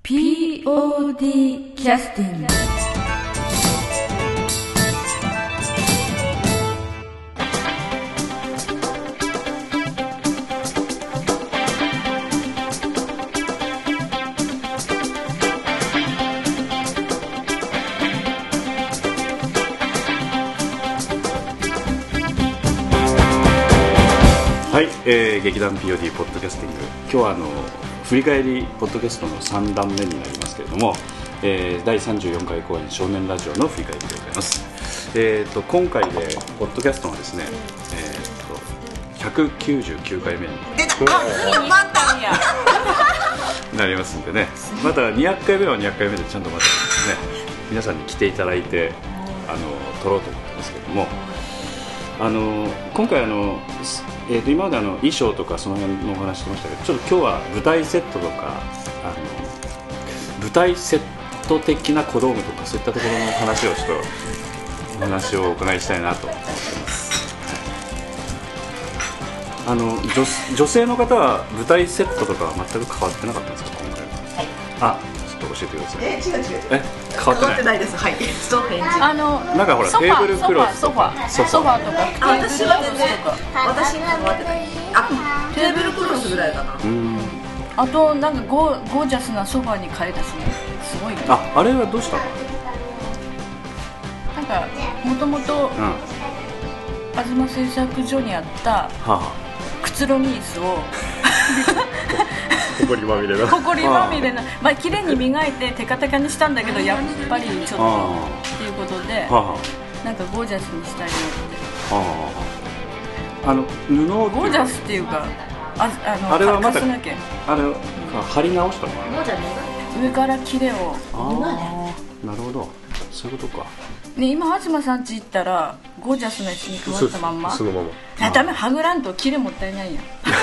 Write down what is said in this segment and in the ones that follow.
POD キャスティング。 はい、劇団 POD ポッドキャスティング、今日は振り返りポッドキャストの3段目になりますけれども、第34回公演少年ラジオの振り返りでございます。今回でポッドキャストがですね、199回目になりますんでね、また200回目は200回目でちゃんとまたね皆さんに来ていただいて撮ろうと思ってますけれども、今回今まで衣装とかその辺のお話してましたけど、ちょっと今日は舞台セットとか舞台セット的な小道具とかそういったところの話をちょっとお話をお伺いしたいなと思ってます。女性の方は舞台セットとかは全く変わってなかったんですか、今回は。はい、ちょっと教えてください。 違う変わってないです。はい、ストーンヘンジ。 なんかほらテーブルクロスとかソファーとか。私は全然私に変わってない。テーブルクロスぐらいかな。 あとなんかゴージャスなソファーに変えたしね、すごいね。 あれはどうしたの？ なんかもともと東製作所にあったくつろぎ椅子をほこりまみれなまあ綺麗に磨いてテカテカにしたんだけど、やっぱりちょっとっていうことでなんかゴージャスにしたいなって。 布ゴージャスっていうかあれはまた貸さなきゃ貼り直したのかな。 上から切れを。 なるほど、そういうことか。 ね、今東さん家行ったらゴージャスな椅子に座ったまんま。 そのまま。 ダメ、はぐらんと切れもったいないやん。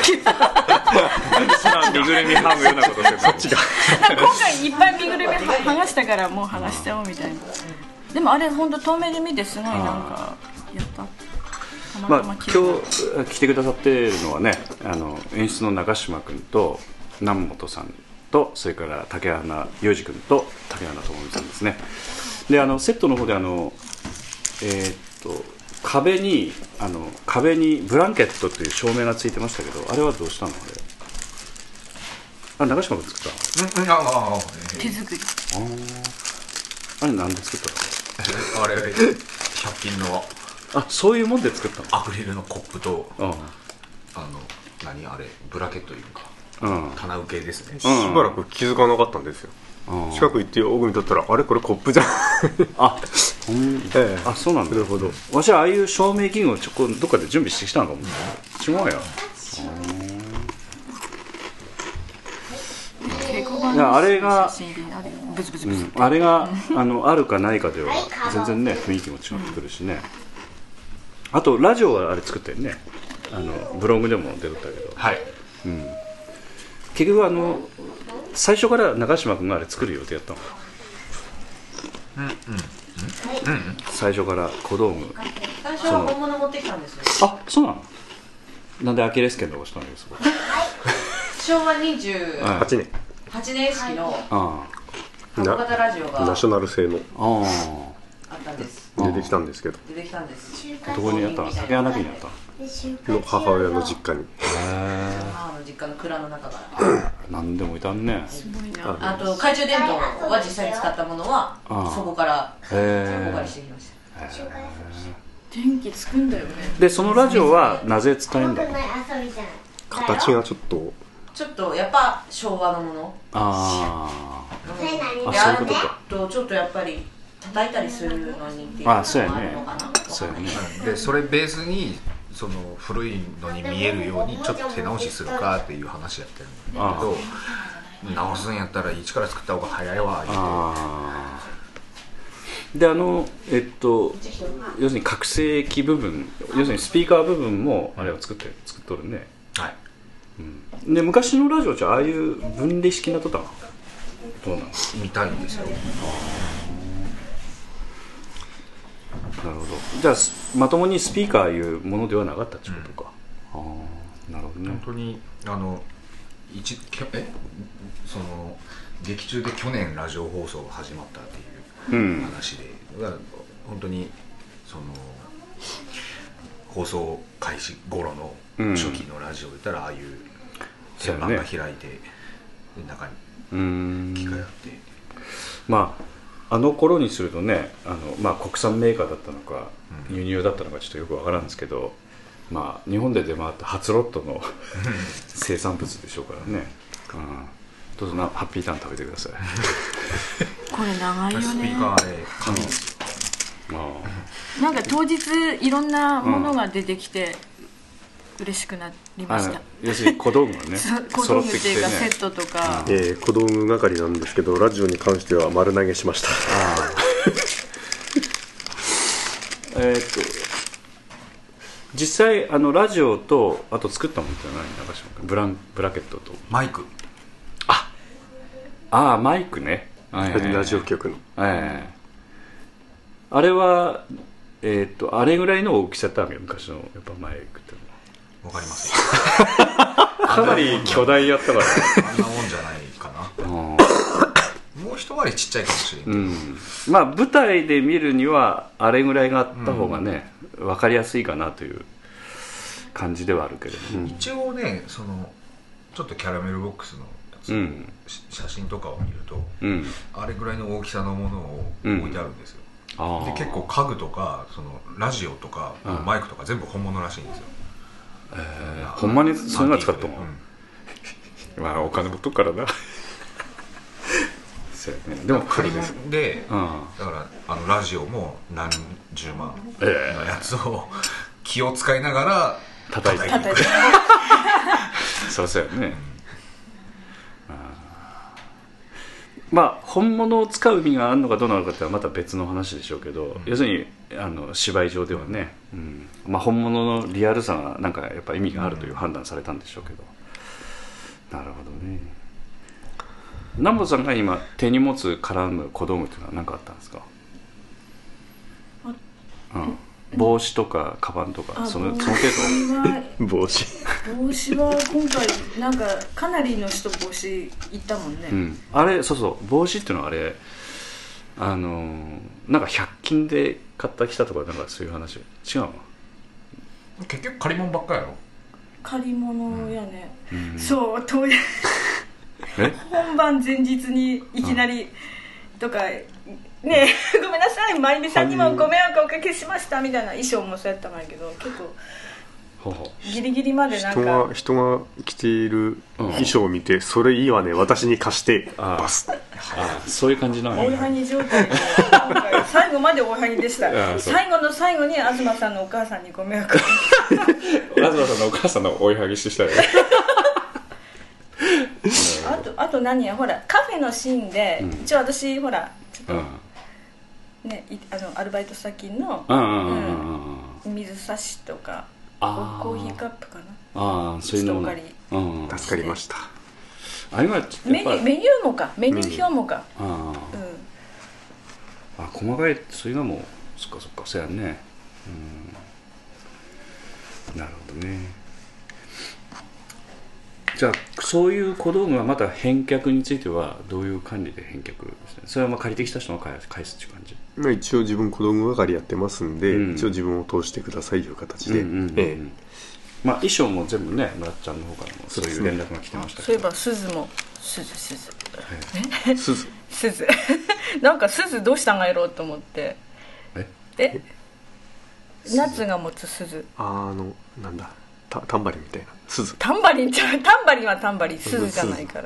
身ぐるみ剥ぐようなことしてそっちが今回いっぱい身ぐるみ剥がしたからもう剥がしちゃおうみたいな。でもあれ本当遠目で見てすごいなんかやった。 まあ、今日来てくださっているのはね、演出の中島君と南本さんと、それから竹花裕二君と竹花智美さんですね。でセットの方で壁にブランケットという照明がついてましたけど、あれはどうしたの？あれ中島君作ったの？ 手作り。 あれなんで作ったの？あれ100均のそういうもんで作ったの？ アクリルのコップと何あれブラケットいうか、棚受けですね。 しばらく気づかなかったんですよ。近く行ってよく見とったら、あれこれコップじゃん。 そうなんだ。 なるほど。 わしはああいう照明器具をどっかで準備してきたのかも。違うや。あれがあれがあるかないかでは全然ね雰囲気も違ってくるしね。あとラジオはあれ作ったよね。ブログでも出とったけど。 はい。 結局最初から中島君があれ作る予定やったの？最初から小道具。 最初は本物持ってきたんですよ。 そうなの？なんでアキレス腱で押したのよそこ。 昭和28年式の箱型ラジオがナショナル製のあったんです。 出てきたんですけど。 どこにやったの？竹花家にやったの？母親の実家に。 母の実家の蔵の中から。 何でもいたんね。 あと懐中電灯は実際に使ったものはそこからお借りしてきました。 電気つくんだよね。 でそのラジオはなぜ使えんだ？ 形がちょっとやっぱ昭和のもの。 そういうことか。 ちょっとやっぱり叩いたりするのにっていうのがそうやね。 でそれベースにその古いのに見えるようにちょっと手直しするかっていう話やってるんだけど、直すんやったら一から作った方が早いわで要するに拡声器部分、要するにスピーカー部分もあれを作っとるね。 はい。 で昔のラジオじゃああいう分離式なとったの？どうなの？ 見たいんですよ。 なるほど。じゃあまともにスピーカーいうものではなかったってことか。なるほどね。 本当にその劇中で去年ラジオ放送が始まったっていう話で、本当にその放送開始頃の初期のラジオで言ったら、ああいう鍵盤が開いて中に機械あって、 まああの頃にするとね、まあ、国産メーカーだったのか輸入だったのかちょっとよくわからんですけど、まあ、日本で出回った初ロットの生産物でしょうからね、どうぞハッピーターン食べてください。 これ長いよね。 スピーカーで紙ですよ。 なんか当日いろんなものが出てきて嬉しくなりました。 要するに小道具がね小道具っていうかセットとか、 小道具係なんですけど、ラジオに関しては丸投げしました。 実際ラジオとあと作ったものって何、中島君？ブラケットとマイク。 マイクね、 ラジオ局の、 あれはあれぐらいの大きさだったわけ、昔のやっぱマイクってわかりますよ。 かなり巨大やったから、 あんなもんじゃないかな。もう一回りちっちゃいかもしれない、 まあ舞台で見るにはあれぐらいがあった方がね、分かりやすいかなという感じではあるけれども、 一応ね、そのちょっとキャラメルボックスのやつ、写真とかを見ると、あれぐらいの大きさのものを置いてあるんですよ。で結構家具とかそのラジオとか、マイクとか全部本物らしいんですよ。 ほんまにそういうのは使ったの？まあお金持っとくからな。でも借り物で、だからラジオも何十万のやつを気を使いながら叩いていく。 そうやね。まあ本物を使う意味があるのかどうなのかってはまた別の話でしょうけど、要するに芝居上ではね、まあ、本物のリアルさがなんかやっぱ意味があるという判断されたんでしょうけど、なるほどね。南本さんが今手に持つ絡む小道具っていうのは何かあったんですか？帽子とかカバンとかその程度。 帽子は今回なんかかなりの人帽子いったもんね、 あれそう帽子っていうのはあれなんか100均で買ったきたとかなんかそういう話違うの？ 結局借り物ばっかやろ。 借り物やね、そう本番前日にいきなりとかねえごめんなさい、まゆみさんにもご迷惑をおかけしましたみたいな衣装もそうやったんだけど、結構ギリギリまでなんか人が着ている衣装を見て、それいいわね私に貸してバス、 そういう感じなの。 大はに状態で今回最後まで大はにでした。最後の最後に東さんのお母さんにご迷惑を東さんのお母さんの追いはぎしたよ。 あと何や、ほらカフェのシーンで、一応私ほらちょっと、ね、アルバイト先の、水差しとかコーヒーカップかな、 そういうのも助かりました。 あれがメニュー表もか、 細かいそういうのもそっかそうやね。なるほどね。じゃあそういう小道具はまた返却についてはどういう管理で返却ですね。それはまあ借りてきた人が返すっていう感じ。 一応自分小道具係やってますんで、一応自分を通してくださいという形で、 まあ衣装も全部ね、村ちゃんの方からもそういう連絡が来てましたけど、 そういえば鈴も鈴なんか鈴どうしたんがやろうと思って、夏が持つ鈴、 なんだタンバリンみたいな鈴。 タンバリンはタンバリン、鈴じゃないから。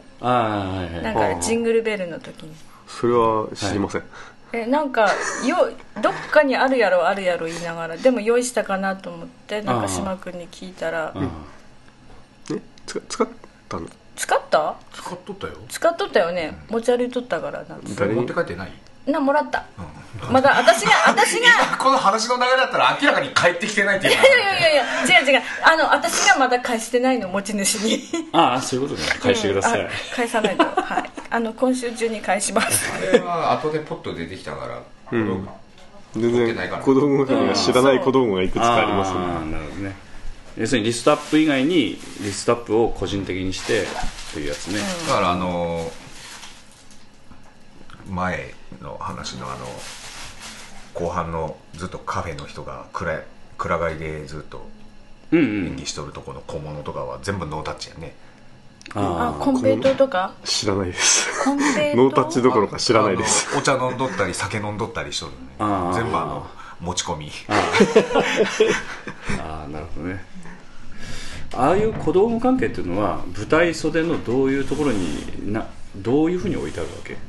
なんかジングルベルの時に。 それは知りません。 なんかどっかにあるやろ言いながら、でも用意したかなと思って中島君に聞いたら、 使ったの？ 使っとったよ。 使っとったよね、持ち歩いとったから。 誰持って帰ってない？ もらった、まだ私がこの話の流れだったら明らかに帰ってきてないっていう。いや違う私がまだ返してないの、持ち主に。 そういうことね。返してください。 返さないと、今週中に返します。 あれは後でポッと出てきたから全然小道具係が知らない小道具がいくつかありますね。 なるほどね。要するにリストアップ以外にリストアップを個人的にしてというやつね。 だから前の話の後半のずっとカフェの人が暗がりでずっと演技しとるとこの小物とかは全部ノータッチやね。 コンペイトとか知らないです。ノータッチどころか知らないです。 お茶飲んどったり酒飲んどったりしとるね。全部持ち込み。 なるほどね。ああいう小道具関係っていうのは舞台袖のどういうところにどういうふうに置いてあるわけ？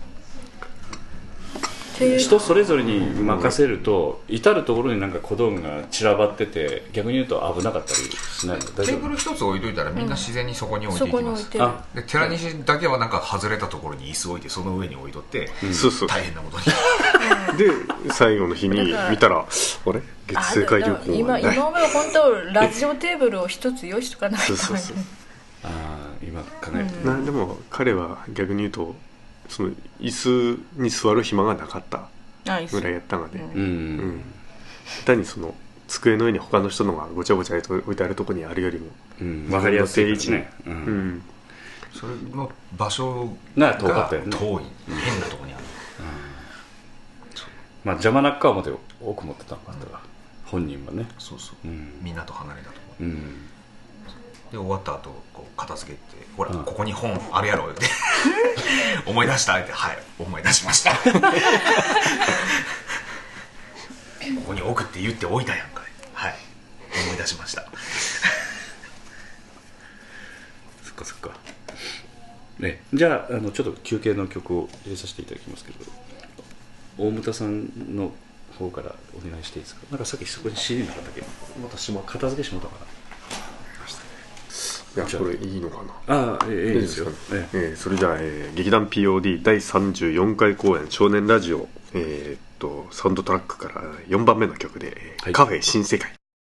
人それぞれに任せると至るところになんか小道具が散らばってて逆に言うと危なかったりしないの？大丈夫？ テーブル一つ置いといたらみんな自然にそこに置いていきます。で寺西だけはなんか外れたところに椅子置いてその上に置いとって、大変なことにで最後の日に見たらあれ月星海流行今まで本当ラジオテーブルを一つ用意しとかないと。 今考えてでも彼は逆に言うとその椅子に座る暇がなかったぐらいやったので、下手にその机の上に他の人のがごちゃごちゃ置いてあるところにあるよりも分かりやすいですね。 それの場所が遠かったよね。 遠い変なところにある。 邪魔なっかはまで多く持ってたのかったら本人はね。 そうみんなと離れたところで終わった後こう片付けてほらここに本あるやろって思い出したってはい思い出しましたここに置くって言って置いたやんかいはい思い出しましたそっかそっかね。じゃあちょっと休憩の曲を入れさせていただきますけど大牟田さんの方からお願いしていいですか。なんかさっきそこに CD なかったっけ。私も片付けしまったから。 いやこれいいのかな。 いいですよ。 それじゃあ、劇団 POD 第34回公演少年ラジオ、サウンドトラックから4番目の曲で、カフェ新世界。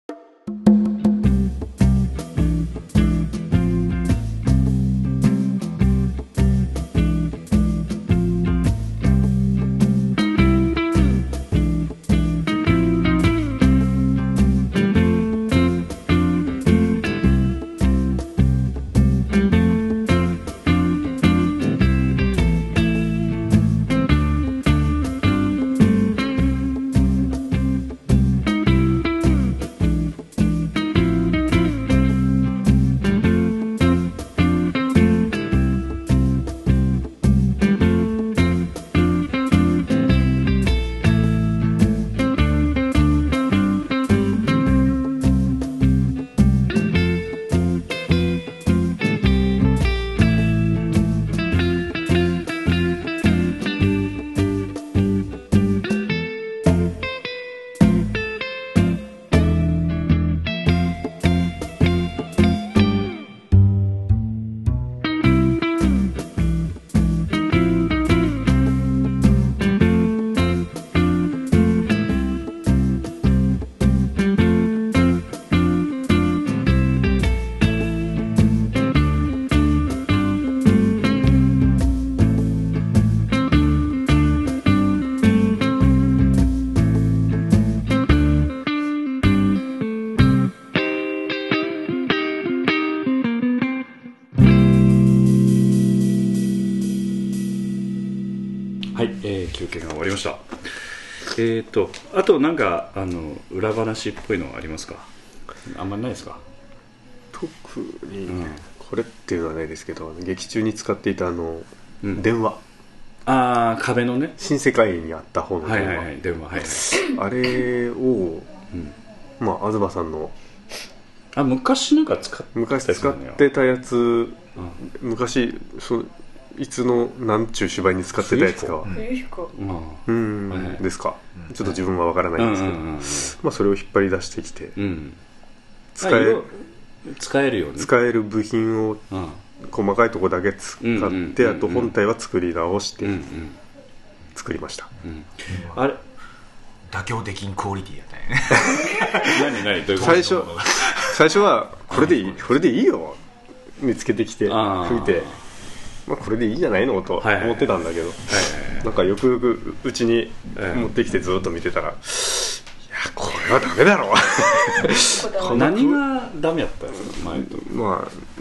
休憩が終わりました。あとなんか裏話っぽいのはありますか。あんまりないですか。 特にこれっていうのはないですけど、劇中に使っていた電話、 壁のね新世界にあった方の電話、あれを、東さんの昔なんか使ってたやつ、昔いつのなんちゅう芝居に使ってたやつかはですか。ちょっと自分は分からないんですけど、それを引っ張り出してきて、 使えるように使える部品を細かいとこだけ使って、あと本体は作り直して作りました。 あれ妥協できんクオリティやったよね最初はこれでいいよ見つけてきて吹いて、これでいいじゃないのと思ってたんだけど、なんかよくよくうちに持ってきてずっと見てたら、いやこれはダメだろ何がダメやったんですか前と。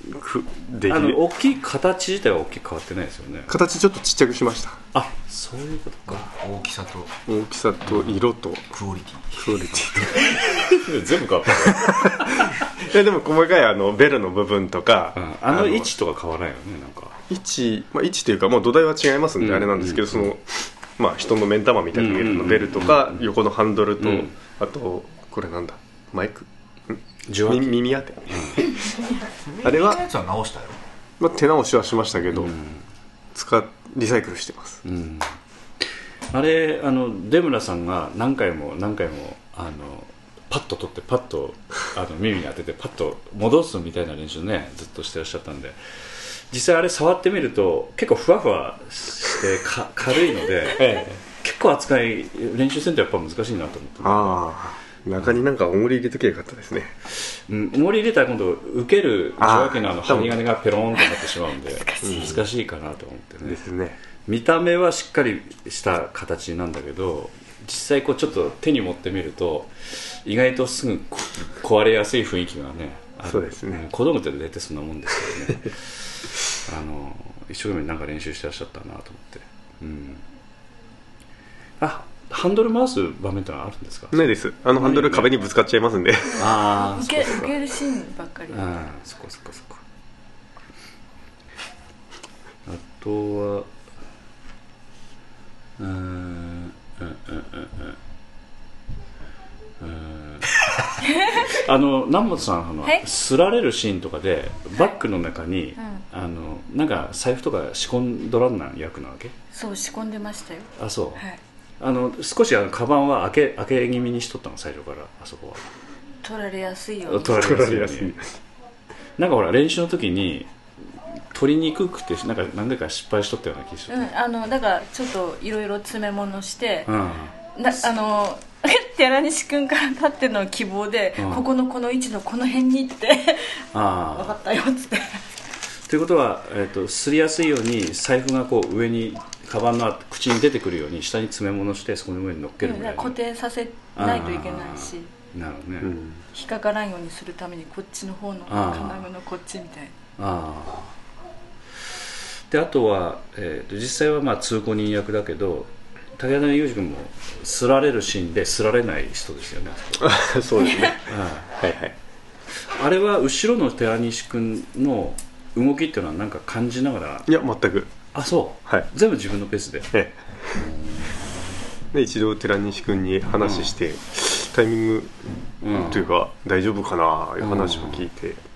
大きい形自体は大きく変わってないですよね。 形ちょっとちっちゃくしました。 あ、そういうことか。 大きさと色とクオリティ全部変わったいやでも細かいベルの部分とか、 位置とか変わらないよね。なんか位置というか、土台は違いますんであれなんですけど、人の目ん玉みたいな見えるのベルとか、横のハンドルと、あとこれなんだ、マイク耳当てあれはやつは直したよ。 手直しはしましたけど、リサイクルしてます。 あれ出村さんが何回もパッと取ってパッと耳に当ててパッと戻すみたいな練習ね、ずっとしてらっしゃったんで、実際あれ触ってみると結構ふわふわして軽いので、結構扱い練習せんとやっぱ難しいなと思って。 中になんか重り入れときゃよかったですね。 重り入れたら今度受ける受話器の針金がペローンとなってしまうんで難しいかなと思ってね。 ですね。 見た目はしっかりした形なんだけど、実際ちょっと手に持ってみると意外とすぐ壊れやすい雰囲気がねある。 そうですね。 子供って大体そんなもんですけどね一生懸命なんか練習してらっしゃったなと思って、ハンドル回す場面ってのはあるんですか？ ないです。ハンドル壁にぶつかっちゃいますんで。 受けるシーンばっかり。 そこ。あとは南本さんすられるシーンとかでバッグの中に、なんか財布とか仕込んどらんな役なわけ？ そう、仕込んでましたよ。 あ、そう。少しカバンは開け気味にしとったの、最初から。あそこは取られやすいように。 取られやすい。なんかほら練習の時に取りにくくてなんか何回か失敗しとったような気がしとった。 だからちょっといろいろ詰め物して、寺西君から立っての希望で、ここのこの位置のこの辺にって分かったよっつって。 ということは、すりやすいように財布が上にカバンの口に出てくるように下に詰め物してそこの上に乗っけるぐらい、 固定させないといけないし。 なるほどね。 引っかからんようにするためにこっちの方の金具のこっちみたいな。 であとは、実際は通行人役だけど武田裕二君もすられるシーンですられない人ですよね。 そうですね。はいはい。 あれは後ろの寺西君の動きっていうのは何か感じながら？ いや全く。 あ、そう、はい、全部自分のペースで。 で一度寺西君に話して、タイミングというか、大丈夫かないう話を聞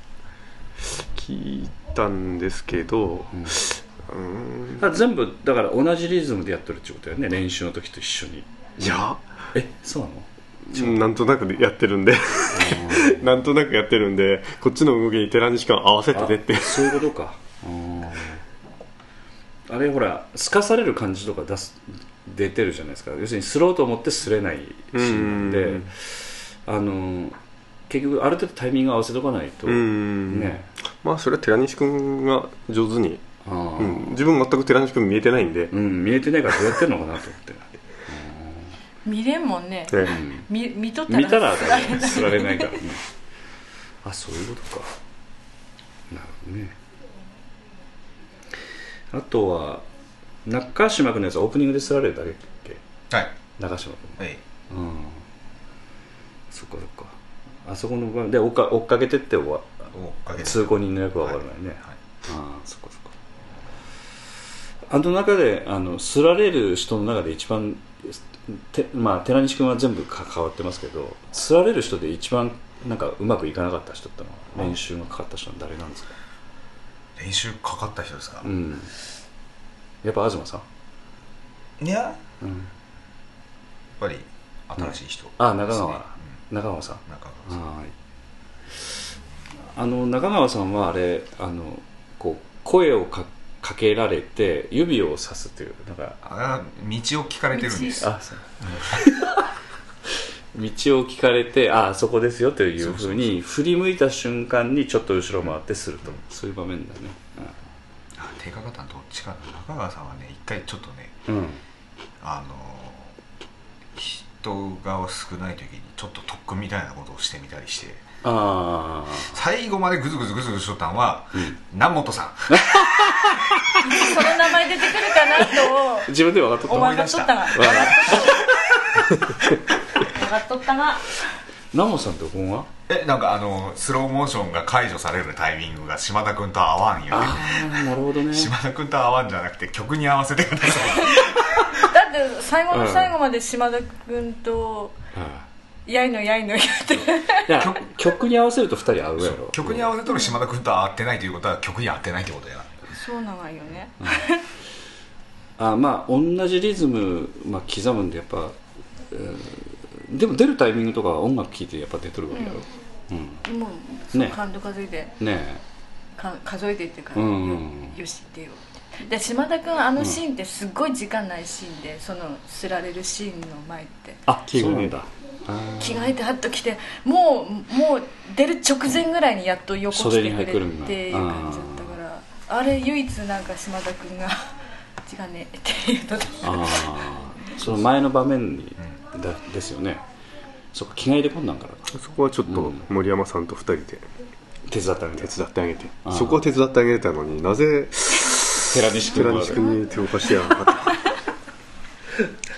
いたんですけど、 全部だから同じリズムでやってるってことだよね、練習の時と一緒に。 いや、 そうなの？ なんとなくやってるんでなんとなくやってるんで、こっちの動きに寺西君合わせててって。 そういうことか。あれほらすかされる感じとか出てるじゃないですか。要するにスローと思ってすれないシーンなんで、結局ある程度タイミング合わせとかないとね。 それは寺西君が上手に、自分全く寺西君見えてないんで、 見えてないからどうやってるのかなと思って見れんもんね。見とったらすられないからね。そういうことか。なるほどね。あとは中島君のやつはオープニングですられるだけっけ？はい、中島君。はい。そっかそっか。あそこの場面で追っかけてって通行人の役は分からないね。はい、そっかそっか。あの中ですられる人の中で一番寺西君は全部関わってますけど、すられる人で一番なんかうまくいかなかった人ってのは練習がかかった人は誰なんですか？ 練習かかった人ですか？ やっぱ東さん？いや、やっぱり新しい人、 中川さん。中川さんはあれ声をかけられて指をさすというなんか道を聞かれてるんです。 道を聞かれてそこですよというふうに振り向いた瞬間にちょっと後ろ回ってすると、そういう場面だね。 手かかったのどっちかな。中川さんはね、一回ちょっとね、人が少ない時にちょっと特訓みたいなことをしてみたりして、 最後までグズグズしとったんは南本さん。 その名前出てくるかなと自分で分かっとった。 思い出した。分かっとったが南本さんってここがなんかスローモーションが解除されるタイミングが島田君と合わんよね。 なるほどね。 島田君と合わんじゃなくて曲に合わせてください。 だって最後の最後まで島田君とやいの言って曲に合わせると2人合うやろ。 曲に合わせとる島田君と合ってないということは曲に合ってないってことやな。 そうなんよね。 まあ同じリズム、刻むんでやっぱ、でも出るタイミングとか音楽聴いてやっぱ出とるわけやろ。 もうね感度数えてね数えてっていうか、よしってよ。で島田君シーンってすっごい時間ないシーンで、そのすられるシーンの前ってそうなんだ。 着替えてハッと来てもう出る直前ぐらいにやっと横来てくれっていう感じだったから、あれ唯一なんか島田君が違うねっていうのでその前の場面にですよね。そっか、着替えでこんなんからそこはちょっと森山さんと2人で手伝ってあげて、そこは手伝ってあげたのになぜ寺西君に手を貸してやらなかった。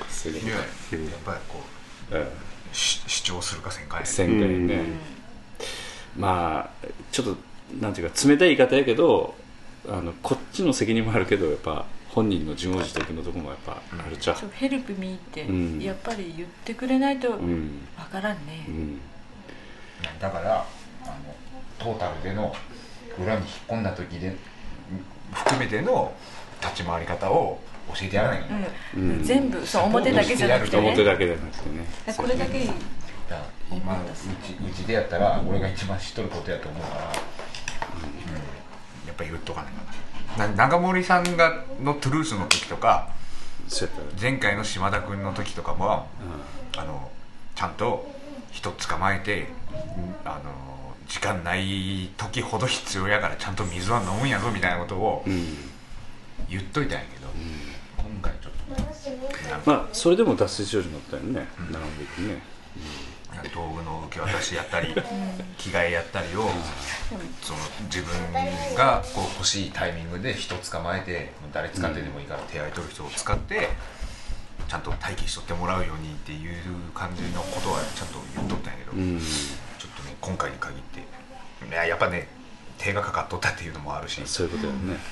すげえ。やっぱりこう主張するか旋回ね。まあちょっとなんていうか冷たい言い方やけど、こっちの責任もあるけど、やっぱ本人の自業自得のところもやっぱあるちゃう。 ヘルプミーってやっぱり言ってくれないとわからんね。 だからトータルでの裏に引っ込んだ時で含めての立ち回り方を教えてやらないの。 全部そう表だけじゃなくてね。 表だけじゃなくてね。 これだけ今うちでやったら俺が一番知っとることやと思うから、やっぱり言っとかないかな。長森さんのトゥルースの時とか前回の島田君の時とかも、ちゃんと人捕まえて時間ない時ほど必要やからちゃんと水は飲むんやぞみたいなことを言っといたんやけど、今回ちょっとそれでも脱水症状になったよね、長森君ね。 道具の受け渡しやったり着替えやったりをその自分がこう欲しいタイミングで人捕まえて、誰使ってでもいいから手合い取る人を使ってちゃんと待機しとってもらうようにっていう感じのことはちゃんと言っとったんやけど、ちょっとね今回に限ってやっぱね手がかかっとったっていうのもあるし、 そういうことだよね。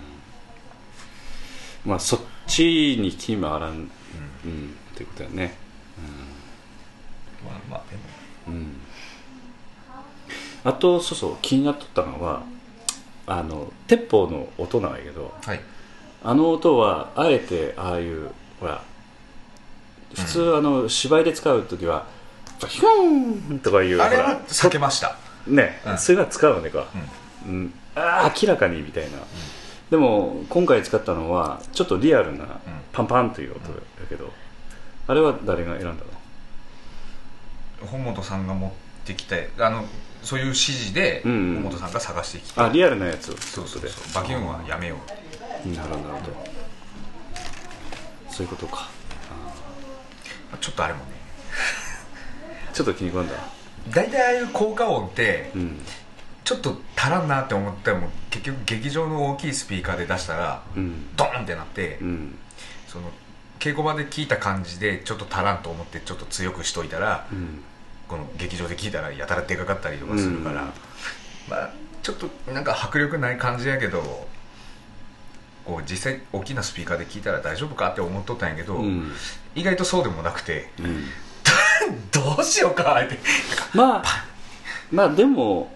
そっちに気回らんっていうことだよね。でもあとそう気になっとったのは鉄砲の音なんやけど、音はあえてああいうほら普通芝居で使う時はヒューンとかいうあれは避けましたね、それが使うのねか、明らかにみたいな。でも今回使ったのはちょっとリアルなパンパンという音だけど、あれは誰が選んだの？ 本本さんが持ってきたそういう指示で本本さんが探してきて、 リアルなやつを。 そうバキュンはやめよう。 なるほどそういうことか。 ちょっとあれもねちょっと気に食わんだ。 大体ああいう効果音って、ちょっと足らんなって思っても結局劇場の大きいスピーカーで出したら、ドーンってなって、その稽古場で聞いた感じでちょっと足らんと思ってちょっと強くしといたら、この劇場で聞いたらやたらでかかったりとかするから、ちょっとなんか迫力ない感じやけど、こう実際大きなスピーカーで聞いたら大丈夫かって思っとったんやけど、意外とそうでもなくて、どうしようかってでも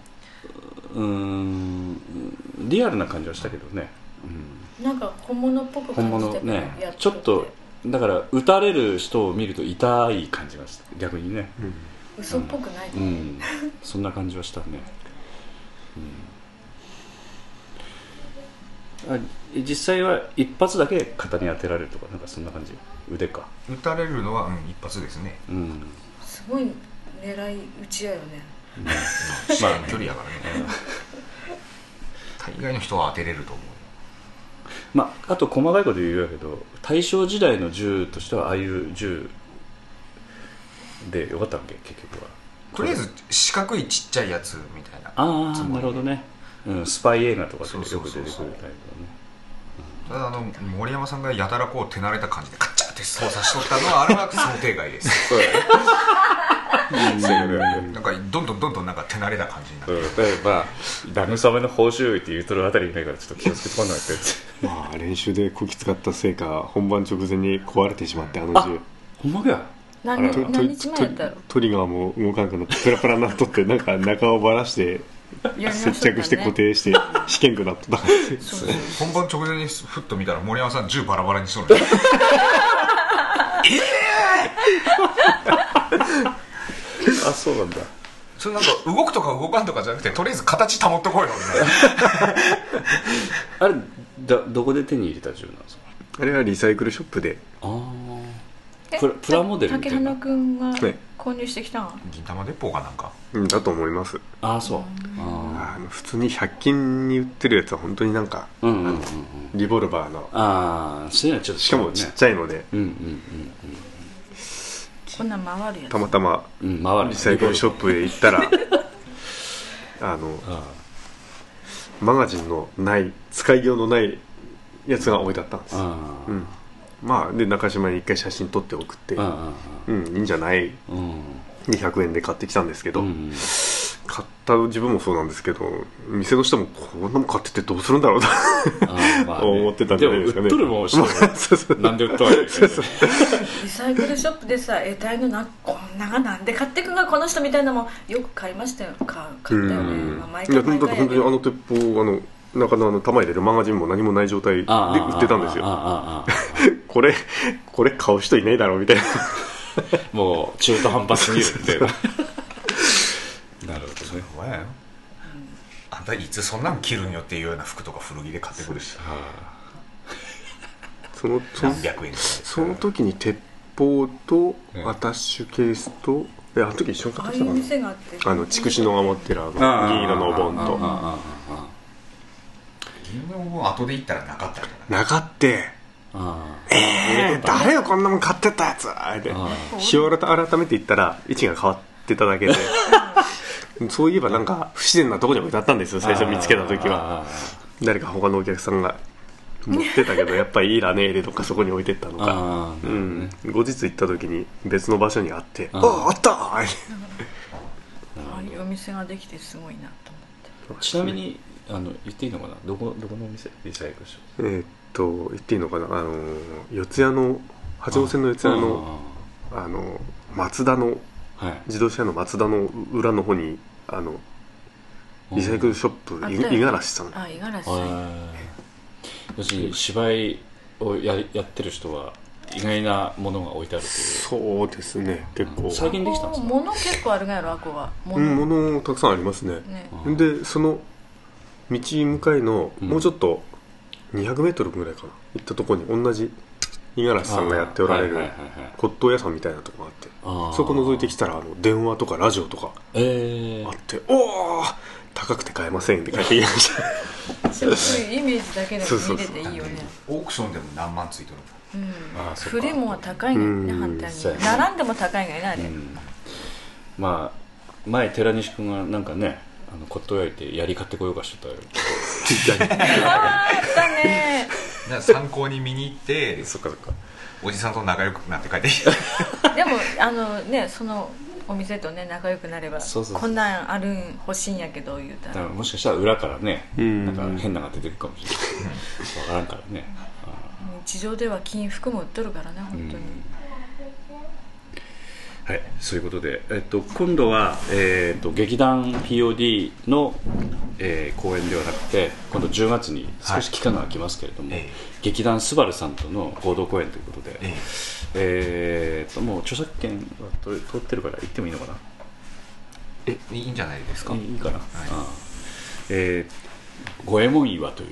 リアルな感じはしたけどね。 なんか本物っぽく感じてね、ちょっとだから撃たれる人を見ると痛い感じがした逆にね。 嘘っぽくない、 そんな感じはしたね。実際は一発だけ肩に当てられるとかなんかそんな感じ。腕か撃たれるのは、一発ですね。 すごい狙い撃ちやよね。 距離やからね。大概の人は当てれると思う。 あと細かいこと言うやけど、大正時代の銃としてはああいう銃でよかったわけ結局は。 とりあえず四角いちっちゃいやつみたいな。 ああ、なるほどね、スパイ映画とかでよく出てくるタイプだね。 ただ森山さんがやたらこう手慣れた感じでカッチャって操作しとったのはあれは想定外です。なんかどんどんなんか手慣れた感じになって、 例えば慰めの報酬って言うとるあたりいないからちょっと気をつけてこんないってまあ練習でこき使ったせいか本番直前に壊れてしまって、あの銃ほんまか。 何日前やったろ。 トリガーも動かんくなってプラプラになっとってなんか中をばらして接着して固定して試験区なっとった本番直前にふっと見たら森山さん銃バラバラにしとるあ、そうなんだ。 それなんか動くとか動かんとかじゃなくてとりあえず形保ってこいよあれどこで手に入れた銃なんですか。 あれはリサイクルショップで。 プラモデルみたいな。 竹花君が購入してきたん。 銀玉鉄砲かなんかだと思います。 ああ、そう。 普通に100均に売ってるやつは本当になんかリボルバーの、 そういうのはちょっとしかもちっちゃいので、 こんなん回るやつ。 たまたまリサイクルショップへ行ったらマガジンのない使いようのないやつが置いてあったんです。まあで中島に一回写真撮って送っていいんじゃない、200円で買ってきたんですけど、買った自分もそうなんですけど店の人もこんなもん買っててどうするんだろうと思ってたんじゃないですかね。 でも売っとるもんしてなんで売っとるわけですよね。 リサイクルショップでさ得体のこんながなんで買ってくんがこの人みたいなもんよく買いましたよ。買ったよね。 だって本当にあの鉄砲中の玉入れるマガジンも何もない状態で売ってたんですよ。これ買う人いないだろうみたいなもう中途半端すぎるみたいななるほどね。 お前あんたいつそんなん着るんよっていうような服とか古着で買ってくるし、何百円とかその時に鉄砲とアタッシュケースとあの時一緒に買ってきたかな。筑紫のが持ってる銀色のお盆と銀色のお盆後で行ったらなかったよなかって誰よこんなもん買ってったやつって日を改めて言ったら位置が変わってただけでそういえばなんか不自然なとこに置いてあったんですよ。最初見つけた時は誰か他のお客さんが持ってたけどやっぱりいいらねえでとかそこに置いてったのか、後日行った時に別の場所にあってあったああいうお店ができてすごいなと思って。 ちなみに言っていいのかな、どこのお店リサイクルショップ言っていいのかな、四谷の八王線の四谷の松田の自動車の松田の裏の方にリサイクルショップ五十嵐さん。 五十嵐さん。 要するに芝居をやってる人は意外なものが置いてあるという。 そうですね、結構最近できたんですか。 物結構あるがやろ、あこは。 物たくさんありますね。でその道向かいのもうちょっと200メートルぐらいかな行ったところに同じ五十嵐さんがやっておられる骨董屋さんみたいなとこがあって、そこ覗いてきたら電話とかラジオとかあって、おお高くて買えませんって書いて言いましたそういうイメージだけでも見れていいよね。 オークションでも何万ついてるの。フリもは高いね、反対に並んでも高いがいなあれ。 まあ前寺西君がなんかね骨董屋行って槍買ってこようかしとったよあったね参考に見に行ってそっかおじさんと仲良くなって帰ってでもねそのお店とね仲良くなればこんなんあるん欲しいんやけど言うたらもしかしたら裏からねなんか変なのが出てくるかもしれない分からんからね。 日常では金服も売っとるからね本当に。 はい、そういうことで、今度は、劇団 POD の、公演ではなくて今度10月に少し期間が空きますけれども、劇団スバルさんとの合同公演ということで、もう著作権は通ってるから言ってもいいのかな。 いいんじゃないですか。 いいかな、五右衛門岩という、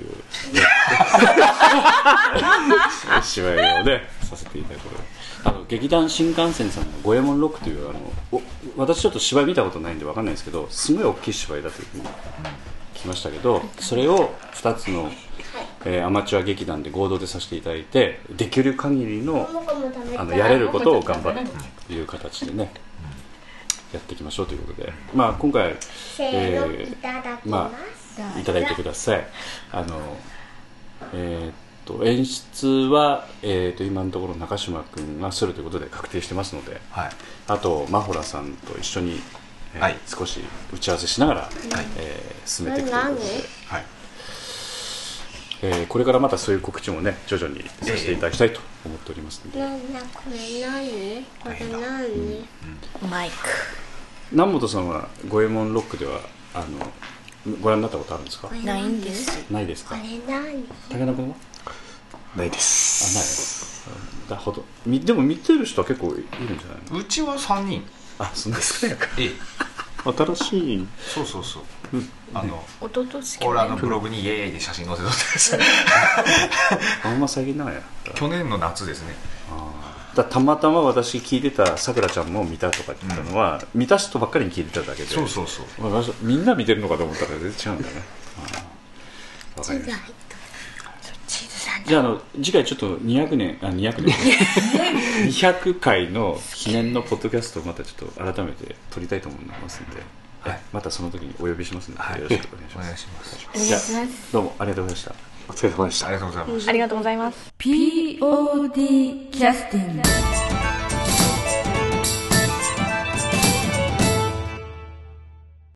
芝居をねさせていただくことで劇団新幹線さんの五右衛門ロックという私ちょっと芝居見たことないんで分かんないんですけどすごい大きい芝居だというふうに聞きましたけどそれを2つの、アマチュア劇団で合同でさせていただいてできる限りのやれることを頑張るという形でねやっていきましょうということで、まあ、今回、まあ、いただいてください。演出は、今のところ中島君がするということで確定してますので、はい、あとマホラさんと一緒に、はい、少し打ち合わせしながら、はい、進めていくということで、はい、これからまたそういう告知もね徐々にさせていただきたいと思っておりますので、 これ何？これ何？ マイク。 南本さんは五右衛門ロックではご覧になったことあるんですか？ ないんです。 ないですか？ これ何？ 竹中君は？ ないです。 ない。でも見てる人は結構いるんじゃないの？ うちは3人。 あ、そんな少ないか。 新しい。 そうそうそう。 おととし俺ブログにイエーイで写真載せとってです。 あんま最近なんや。 去年の夏ですね。 たまたま私聞いてたさくらちゃんも見たとか言ったのは、見た人ばっかりに聞いてただけで、 そうそうそう、 みんな見てるのかと思ったら全然違うんだね。わかりました。じゃあ次回ちょっと200回の記念のポッドキャストをまたちょっと改めて撮りたいと思いますので、はい、またその時にお呼びしますので、よろしくお願いします。じゃあどうもありがとうございました。 お疲れ様でした。 ありがとうございます。 ありがとうございます。POD キャスティング。